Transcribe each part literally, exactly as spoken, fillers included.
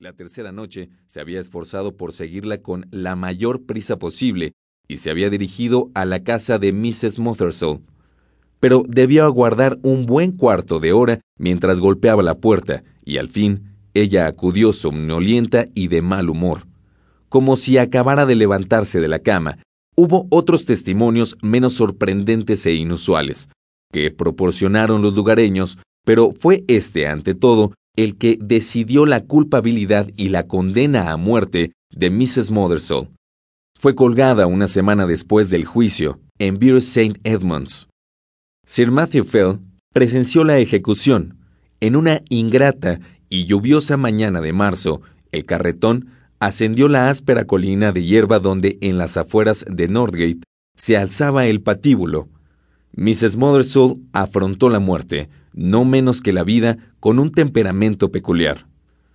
La tercera noche se había esforzado por seguirla con la mayor prisa posible y se había dirigido a la casa de missus Mothersole, pero debió aguardar un buen cuarto de hora mientras golpeaba la puerta, y al fin ella acudió somnolienta y de mal humor, como si acabara de levantarse de la cama. Hubo otros testimonios menos sorprendentes e inusuales, que proporcionaron los lugareños, pero fue este, ante todo, el que decidió la culpabilidad y la condena a muerte de missus Mothersole. Fue colgada una semana después del juicio, en Bury Saint Edmunds. Sir Matthew Fell presenció la ejecución. En una ingrata y lluviosa mañana de marzo, el carretón ascendió la áspera colina de hierba donde, en las afueras de Northgate, se alzaba el patíbulo. missus Mothersole afrontó la muerte, no menos que la vida, con un temperamento peculiar.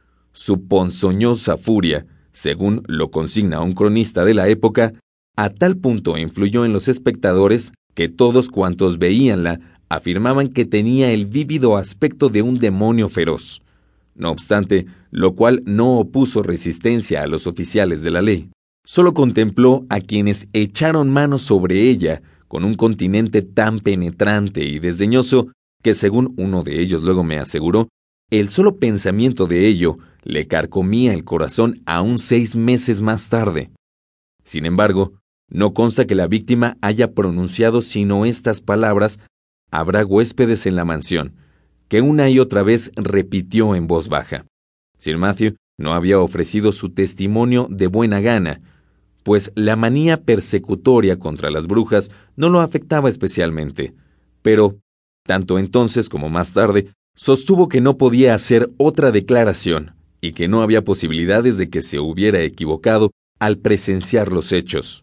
Su ponzoñosa furia, según lo consigna un cronista de la época, a tal punto influyó en los espectadores que todos cuantos veíanla afirmaban que tenía el vívido aspecto de un demonio feroz. No obstante, lo cual no opuso resistencia a los oficiales de la ley. Solo contempló a quienes echaron mano sobre ella con un continente tan penetrante y desdeñoso que, según uno de ellos luego me aseguró, el solo pensamiento de ello le carcomía el corazón aún seis meses más tarde. Sin embargo, no consta que la víctima haya pronunciado sino estas palabras: «Habrá huéspedes en la mansión», que una y otra vez repitió en voz baja. Sir Matthew no había ofrecido su testimonio de buena gana, pues la manía persecutoria contra las brujas no lo afectaba especialmente, pero, tanto entonces como más tarde, sostuvo que no podía hacer otra declaración y que no había posibilidades de que se hubiera equivocado al presenciar los hechos.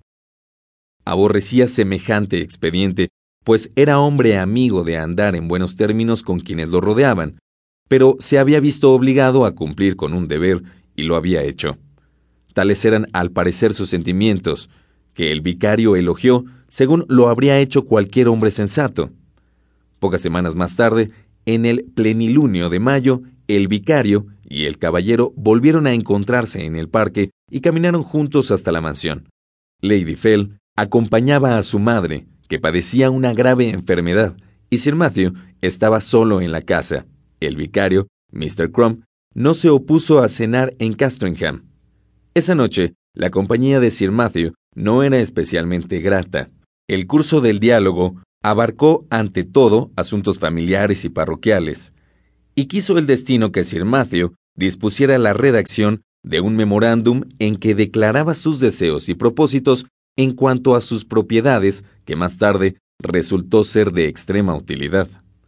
Aborrecía semejante expediente, pues era hombre amigo de andar en buenos términos con quienes lo rodeaban, pero se había visto obligado a cumplir con un deber y lo había hecho. Tales eran al parecer sus sentimientos, que el vicario elogió según lo habría hecho cualquier hombre sensato. Pocas semanas más tarde, en el plenilunio de mayo, el vicario y el caballero volvieron a encontrarse en el parque y caminaron juntos hasta la mansión. Lady Fell acompañaba a su madre, que padecía una grave enfermedad, y Sir Matthew estaba solo en la casa. El vicario, mister Crumb, no se opuso a cenar en Castringham. Esa noche, la compañía de Sir Matthew no era especialmente grata. El curso del diálogo abarcó ante todo asuntos familiares y parroquiales, y quiso el destino que Sir Matthew dispusiera la redacción de un memorándum en que declaraba sus deseos y propósitos en cuanto a sus propiedades, que más tarde resultó ser de extrema utilidad.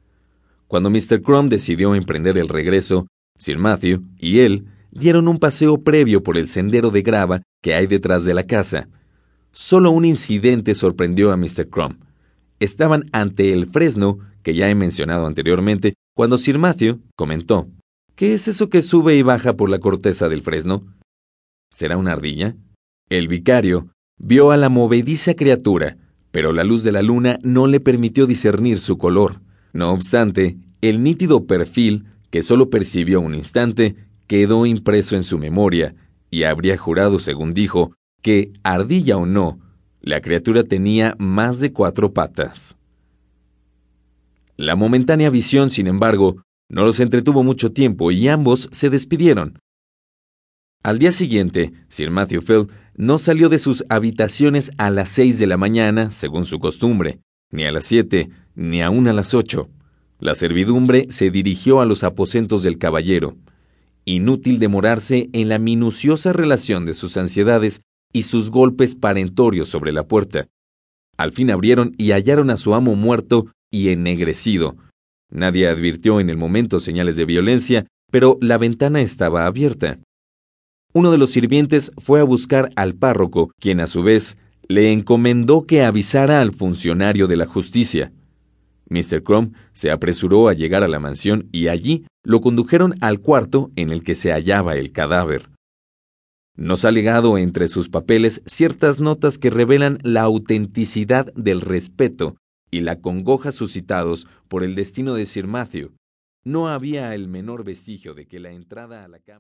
Cuando mister Crumb decidió emprender el regreso, Sir Matthew y él dieron un paseo previo por el sendero de grava que hay detrás de la casa. Solo un incidente sorprendió a mister Crumb. Estaban ante el fresno que ya he mencionado anteriormente, cuando Sir Matthew comentó: «¿Qué es eso que sube y baja por la corteza del fresno? ¿Será una ardilla?». El vicario vio a la movediza criatura, pero la luz de la luna no le permitió discernir su color. No obstante, el nítido perfil, que solo percibió un instante, quedó impreso en su memoria, y habría jurado, según dijo, que, ardilla o no, la criatura tenía más de cuatro patas. La momentánea visión, sin embargo, no los entretuvo mucho tiempo y ambos se despidieron. Al día siguiente, Sir Matthew Fell no salió de sus habitaciones a las seis de la mañana, según su costumbre, ni a las siete, ni aún a las ocho. La servidumbre se dirigió a los aposentos del caballero. Inútil demorarse en la minuciosa relación de sus ansiedades y sus golpes parentorios sobre la puerta. Al fin abrieron y hallaron a su amo muerto y ennegrecido. Nadie advirtió en el momento señales de violencia, pero la ventana estaba abierta. Uno de los sirvientes fue a buscar al párroco, quien a su vez le encomendó que avisara al funcionario de la justicia. mister Crumb se apresuró a llegar a la mansión y allí lo condujeron al cuarto en el que se hallaba el cadáver. Nos ha legado entre sus papeles ciertas notas que revelan la autenticidad del respeto y la congoja suscitados por el destino de Sir Matthew. No había el menor vestigio de que la entrada a la cama